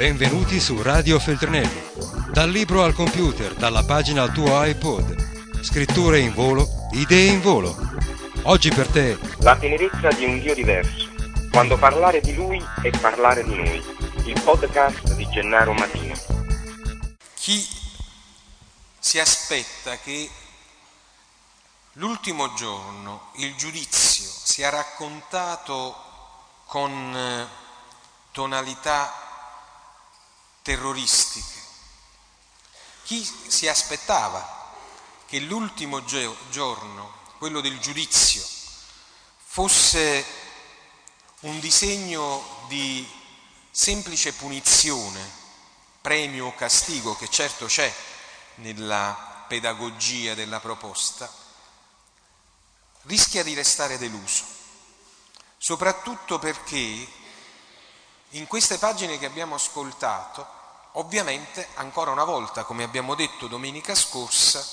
Benvenuti su Radio Feltrinelli. Dal libro al computer, dalla pagina al tuo iPod. Scritture in volo, idee in volo. Oggi per te la tenerezza di un Dio diverso. Quando parlare di Lui è parlare di noi. Il podcast di Gennaro Matino. Chi si aspetta che l'ultimo giorno il giudizio sia raccontato con tonalità terroristiche, chi si aspettava che l'ultimo giorno, quello del giudizio, fosse un disegno di semplice punizione, premio o castigo, che certo c'è nella pedagogia della proposta, rischia di restare deluso, soprattutto perché in queste pagine che abbiamo ascoltato, ovviamente, ancora una volta, come abbiamo detto domenica scorsa,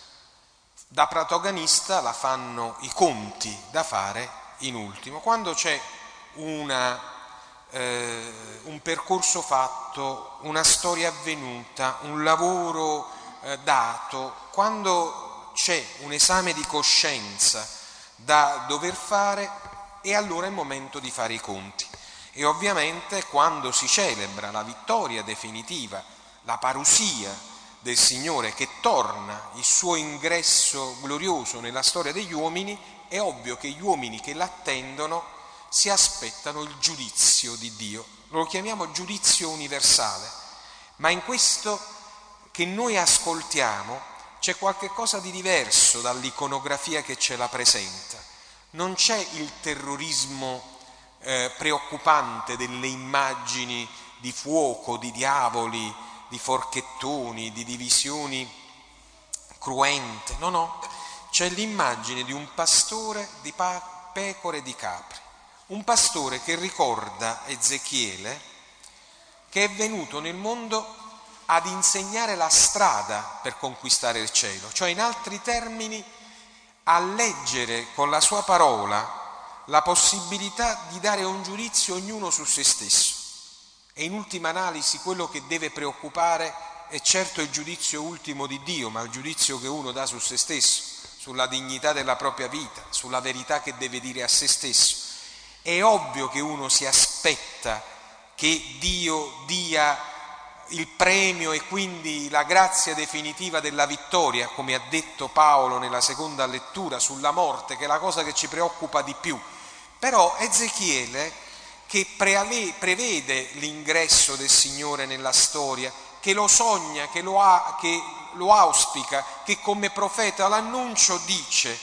da protagonista la fanno i conti da fare in ultimo. Quando c'è un percorso fatto, una storia avvenuta, un lavoro dato, quando c'è un esame di coscienza da dover fare, è allora il momento di fare i conti. E ovviamente quando si celebra la vittoria definitiva, la parusia del Signore che torna, il suo ingresso glorioso nella storia degli uomini, è ovvio che gli uomini che l'attendono si aspettano il giudizio di Dio. Lo chiamiamo giudizio universale, ma in questo che noi ascoltiamo c'è qualche cosa di diverso dall'iconografia che ce la presenta. Non c'è il terrorismo preoccupante delle immagini di fuoco, di diavoli, di forchettoni, di divisioni cruente. No, c'è l'immagine di un pastore di pecore e di capri, un pastore che ricorda Ezechiele che è venuto nel mondo ad insegnare la strada per conquistare il cielo, cioè in altri termini a leggere con la sua parola la possibilità di dare un giudizio ognuno su se stesso. E in ultima analisi quello che deve preoccupare è certo il giudizio ultimo di Dio, ma il giudizio che uno dà su se stesso, sulla dignità della propria vita, sulla verità che deve dire a se stesso. È ovvio che uno si aspetta che Dio dia il premio e quindi la grazia definitiva della vittoria, come ha detto Paolo nella seconda lettura sulla morte, che è la cosa che ci preoccupa di più. Però Ezechiele, che prevede l'ingresso del Signore nella storia, che lo sogna, che lo auspica, che come profeta l'annuncio dice: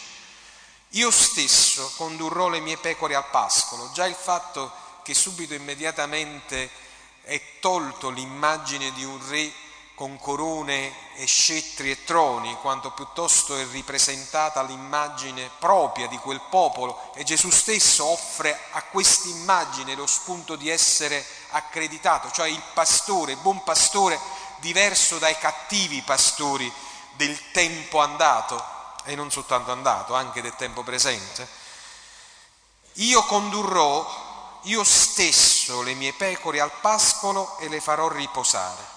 io stesso condurrò le mie pecore al pascolo. Già il fatto che subito immediatamente è tolto l'immagine di un re con corone e scettri e troni, quanto piuttosto è ripresentata l'immagine propria di quel popolo, e Gesù stesso offre a quest'immagine lo spunto di essere accreditato, cioè il pastore, il buon pastore, diverso dai cattivi pastori del tempo andato, e non soltanto andato, anche del tempo presente. Io condurrò io stesso le mie pecore al pascolo e le farò riposare.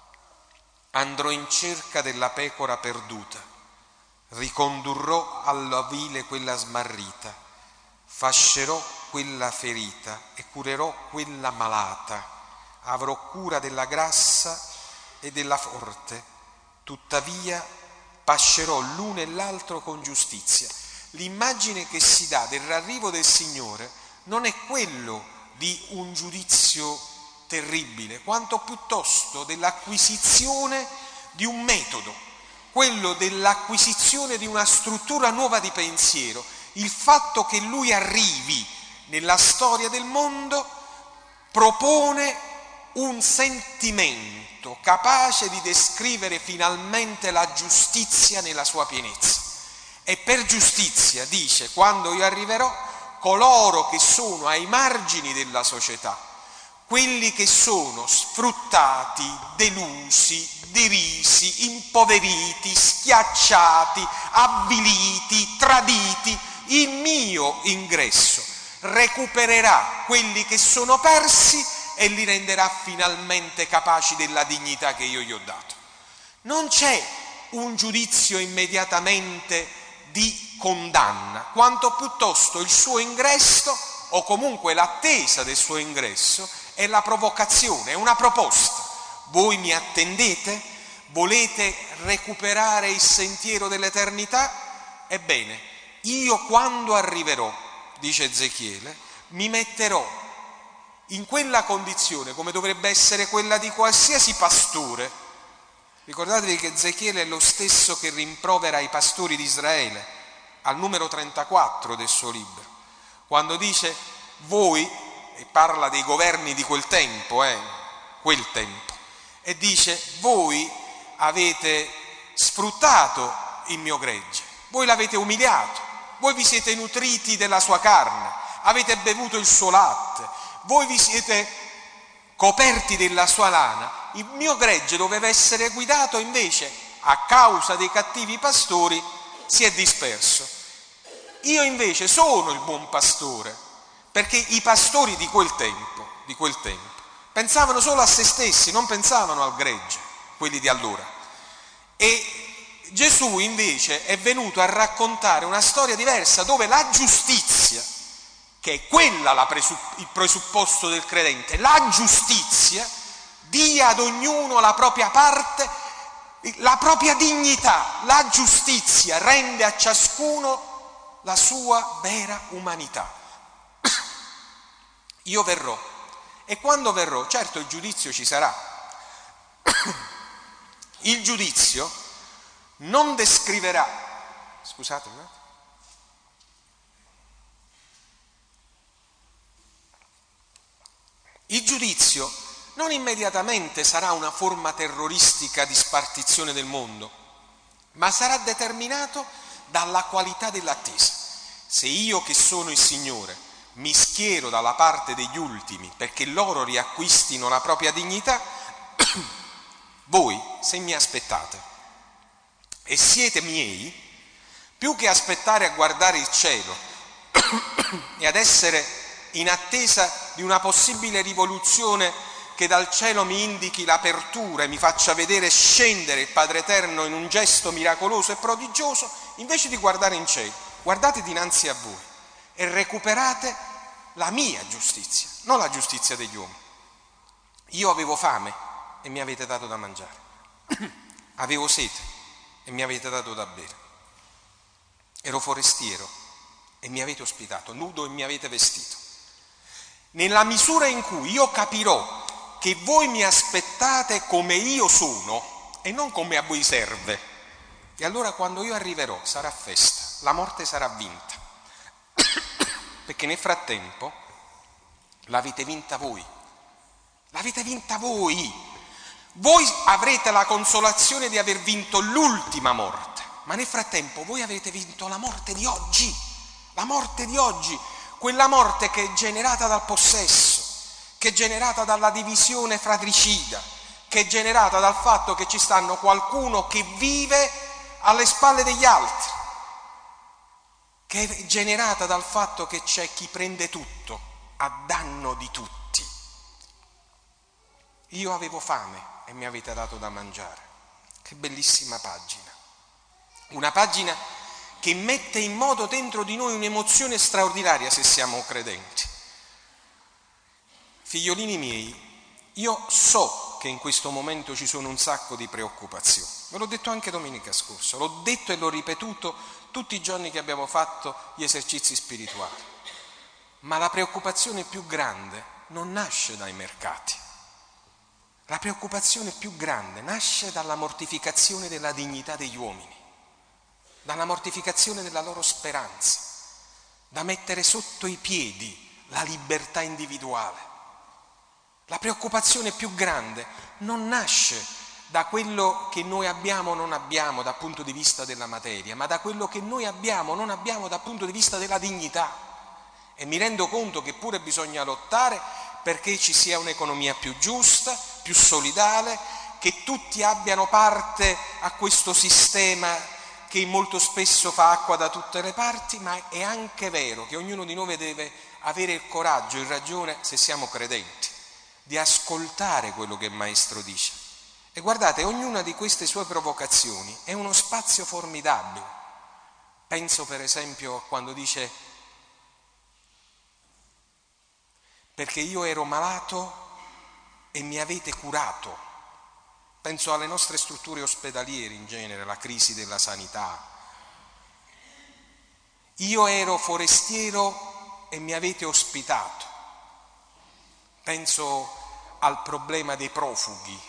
Andrò in cerca della pecora perduta, ricondurrò all'ovile quella smarrita, fascerò quella ferita e curerò quella malata, avrò cura della grassa e della forte, tuttavia pascerò l'uno e l'altro con giustizia. L'immagine che si dà dell'arrivo del Signore non è quello di un giudizio terribile, quanto piuttosto dell'acquisizione di un metodo, quello dell'acquisizione di una struttura nuova di pensiero. Il fatto che Lui arrivi nella storia del mondo propone un sentimento capace di descrivere finalmente la giustizia nella sua pienezza. E per giustizia dice: quando io arriverò, coloro che sono ai margini della società, quelli che sono sfruttati, delusi, derisi, impoveriti, schiacciati, avviliti, traditi, il mio ingresso recupererà quelli che sono persi e li renderà finalmente capaci della dignità che io gli ho dato. Non c'è un giudizio immediatamente di condanna, quanto piuttosto il suo ingresso, o comunque l'attesa del suo ingresso, è la provocazione, è una proposta. Voi mi attendete? Volete recuperare il sentiero dell'eternità? Ebbene, io quando arriverò, dice Ezechiele, mi metterò in quella condizione, come dovrebbe essere quella di qualsiasi pastore. Ricordatevi che Ezechiele è lo stesso che rimprovera i pastori di Israele, al numero 34 del suo libro, quando dice voi, e parla dei governi di quel tempo, e dice voi avete sfruttato il mio gregge, voi l'avete umiliato, voi vi siete nutriti della sua carne, avete bevuto il suo latte, voi vi siete coperti della sua lana. Il mio gregge doveva essere guidato, invece a causa dei cattivi pastori si è disperso. Io invece sono il buon pastore, perché i pastori di quel tempo pensavano solo a se stessi, non pensavano al gregge, quelli di allora. E Gesù invece è venuto a raccontare una storia diversa, dove la giustizia, che è quella il presupposto del credente, la giustizia dia ad ognuno la propria parte, la propria dignità. La giustizia rende a ciascuno la sua vera umanità. Io verrò, e quando verrò, certo il giudizio ci sarà. Il giudizio non descriverà, scusate, il giudizio non immediatamente sarà una forma terroristica di spartizione del mondo, ma sarà determinato dalla qualità dell'attesa. Se io, che sono il Signore, mi schiero dalla parte degli ultimi perché loro riacquistino la propria dignità, voi, se mi aspettate e siete miei, più che aspettare a guardare il cielo e ad essere in attesa di una possibile rivoluzione che dal cielo mi indichi l'apertura e mi faccia vedere scendere il Padre Eterno in un gesto miracoloso e prodigioso, invece di guardare in cielo, guardate dinanzi a voi e recuperate la mia giustizia, non la giustizia degli uomini. Io avevo fame e mi avete dato da mangiare, avevo sete e mi avete dato da bere, ero forestiero e mi avete ospitato, nudo e mi avete vestito. Nella misura in cui io capirò che voi mi aspettate come io sono e non come a voi serve, e allora quando io arriverò sarà festa, la morte sarà vinta, perché nel frattempo l'avete vinta voi, voi avrete la consolazione di aver vinto l'ultima morte, ma nel frattempo voi avete vinto la morte di oggi, quella morte che è generata dal possesso, che è generata dalla divisione fratricida, che è generata dal fatto che ci stanno qualcuno che vive alle spalle degli altri, che è generata dal fatto che c'è chi prende tutto a danno di tutti. Io avevo fame e mi avete dato da mangiare. Che bellissima pagina. Una pagina che mette in moto dentro di noi un'emozione straordinaria se siamo credenti. Figliolini miei, io so che in questo momento ci sono un sacco di preoccupazioni. Ve l'ho detto anche domenica scorsa, l'ho detto e l'ho ripetuto tutti i giorni che abbiamo fatto gli esercizi spirituali. Ma la preoccupazione più grande non nasce dai mercati. La preoccupazione più grande nasce dalla mortificazione della dignità degli uomini, dalla mortificazione della loro speranza, da mettere sotto i piedi la libertà individuale. La preoccupazione più grande non nasce da quello che noi abbiamo o non abbiamo dal punto di vista della materia, ma da quello che noi abbiamo o non abbiamo dal punto di vista della dignità. E mi rendo conto che pure bisogna lottare perché ci sia un'economia più giusta, più solidale, che tutti abbiano parte a questo sistema che molto spesso fa acqua da tutte le parti, ma è anche vero che ognuno di noi deve avere il coraggio, il ragione, se siamo credenti, di ascoltare quello che il Maestro dice. E guardate, ognuna di queste sue provocazioni è uno spazio formidabile. Penso per esempio a quando dice: perché io ero malato e mi avete curato. Penso alle nostre strutture ospedaliere in genere, la crisi della sanità. Io ero forestiero e mi avete ospitato. Penso al problema dei profughi.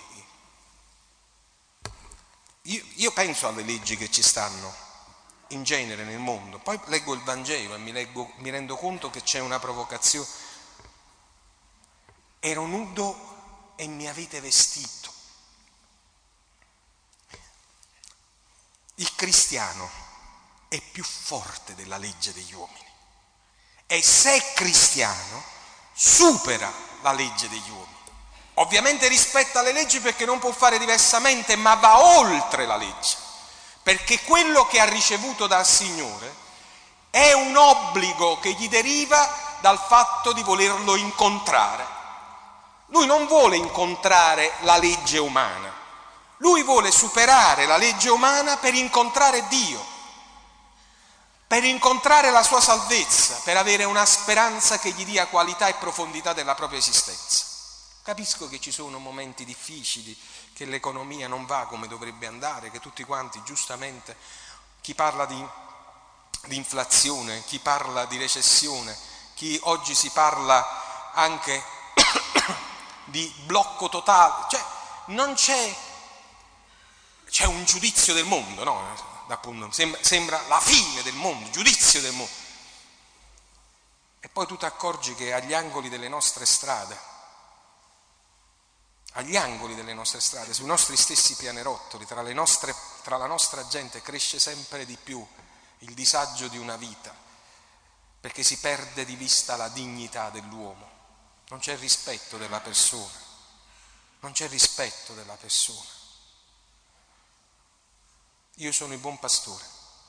Io penso alle leggi che ci stanno in genere nel mondo, poi leggo il Vangelo e mi rendo conto che c'è una provocazione. Ero nudo e mi avete vestito. Il cristiano è più forte della legge degli uomini e se è cristiano supera la legge degli uomini. Ovviamente rispetta le leggi perché non può fare diversamente, ma va oltre la legge, perché quello che ha ricevuto dal Signore è un obbligo che gli deriva dal fatto di volerlo incontrare. Lui non vuole incontrare la legge umana, lui vuole superare la legge umana per incontrare Dio, per incontrare la sua salvezza, per avere una speranza che gli dia qualità e profondità della propria esistenza. Capisco che ci sono momenti difficili, che l'economia non va come dovrebbe andare, che tutti quanti giustamente, chi parla di inflazione, chi parla di recessione, chi oggi si parla anche di blocco totale, cioè non c'è un giudizio del mondo, no? Appunto, sembra la fine del mondo, giudizio del mondo. E poi tu ti accorgi che agli angoli delle nostre strade, sui nostri stessi pianerottoli, tra la nostra gente cresce sempre di più il disagio di una vita, perché si perde di vista la dignità dell'uomo, non c'è rispetto della persona, Io sono il buon pastore,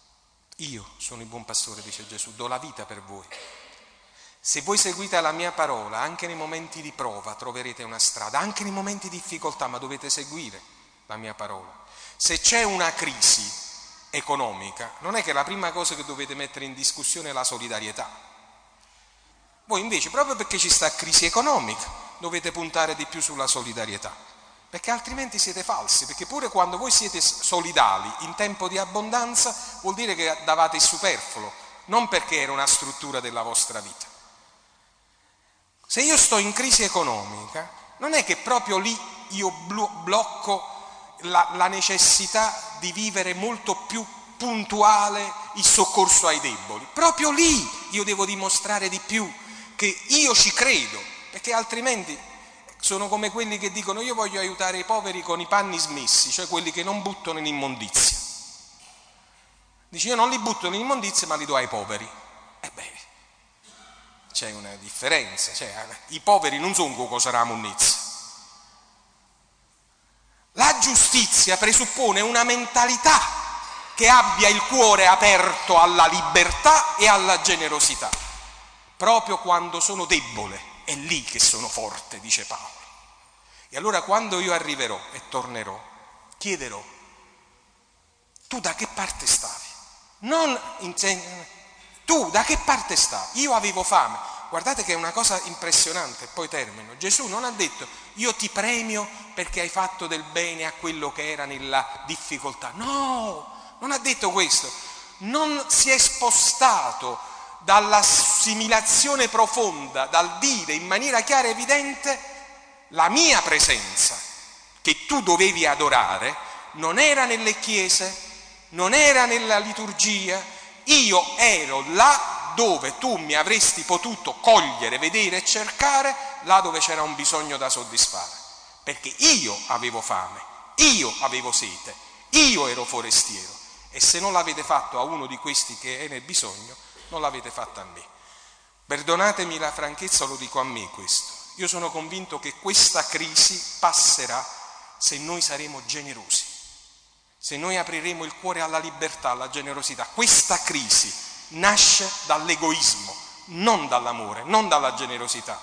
dice Gesù, do la vita per voi. Se voi seguite la mia parola, anche nei momenti di prova troverete una strada, anche nei momenti di difficoltà, ma dovete seguire la mia parola. Se c'è una crisi economica, non è che la prima cosa che dovete mettere in discussione è la solidarietà. Voi invece, proprio perché ci sta crisi economica, dovete puntare di più sulla solidarietà, perché altrimenti siete falsi, perché pure quando voi siete solidali in tempo di abbondanza vuol dire che davate il superfluo, non perché era una struttura della vostra vita. Se io sto in crisi economica, non è che proprio lì io blocco la necessità di vivere molto più puntuale il soccorso ai deboli. Proprio lì io devo dimostrare di più che io ci credo, perché altrimenti sono come quelli che dicono: io voglio aiutare i poveri con i panni smessi, cioè quelli che non buttano in immondizia. Dice: io non li butto in immondizia ma li do ai poveri. C'è una differenza, i poveri non sono cosa la monnezza. La giustizia presuppone una mentalità che abbia il cuore aperto alla libertà e alla generosità. Proprio quando sono debole è lì che sono forte, dice Paolo. E allora quando io arriverò e tornerò, chiederò: tu da che parte stavi? Tu da che parte stavi? Io avevo fame. Guardate che è una cosa impressionante, poi termino. Gesù non ha detto: io ti premio perché hai fatto del bene a quello che era nella difficoltà. No, non ha detto questo. Non si è spostato dall'assimilazione profonda, dal dire in maniera chiara e evidente: la mia presenza che tu dovevi adorare non era nelle chiese, non era nella liturgia, io ero là dove tu mi avresti potuto cogliere, vedere e cercare, là dove c'era un bisogno da soddisfare, perché io avevo fame, io avevo sete, io ero forestiero, e se non l'avete fatto a uno di questi che è nel bisogno, non l'avete fatto a me. Perdonatemi la franchezza, lo dico a me questo. Io sono convinto che questa crisi passerà se noi saremo generosi, se noi apriremo il cuore alla libertà, alla generosità. Questa crisi nasce dall'egoismo, non dall'amore, non dalla generosità.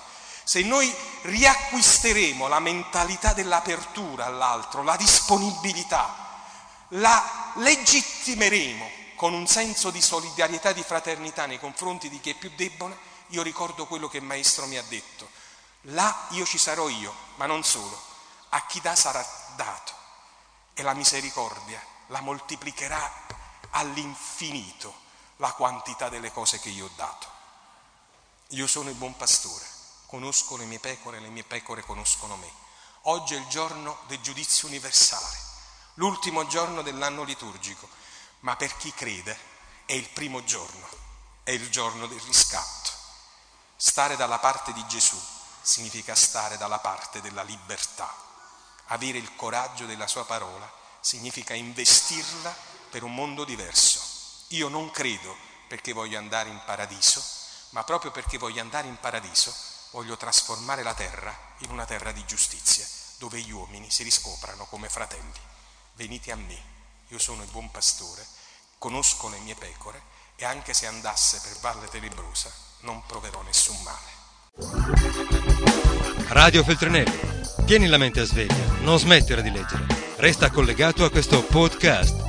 se noi riacquisteremo la mentalità dell'apertura all'altro, la disponibilità, la legittimeremo con un senso di solidarietà, di fraternità nei confronti di chi è più debole. Io ricordo quello che il maestro mi ha detto: là io ci sarò io, ma non solo, a chi dà sarà dato, e la misericordia la moltiplicherà all'infinito la quantità delle cose che io ho dato. Io sono il buon pastore, conosco le mie pecore conoscono me. Oggi è il giorno del giudizio universale, l'ultimo giorno dell'anno liturgico, ma per chi crede è il primo giorno, è il giorno del riscatto. Stare dalla parte di Gesù significa stare dalla parte della libertà. Avere il coraggio della sua parola significa investirla per un mondo diverso. Io non credo perché voglio andare in paradiso, ma proprio perché voglio andare in paradiso voglio trasformare la terra in una terra di giustizia, dove gli uomini si riscoprano come fratelli. Venite a me, io sono il buon pastore, conosco le mie pecore e anche se andasse per valle tenebrosa non proverò nessun male. Radio Feltrinelli, tieni la mente a sveglia, non smettere di leggere. Resta collegato a questo podcast.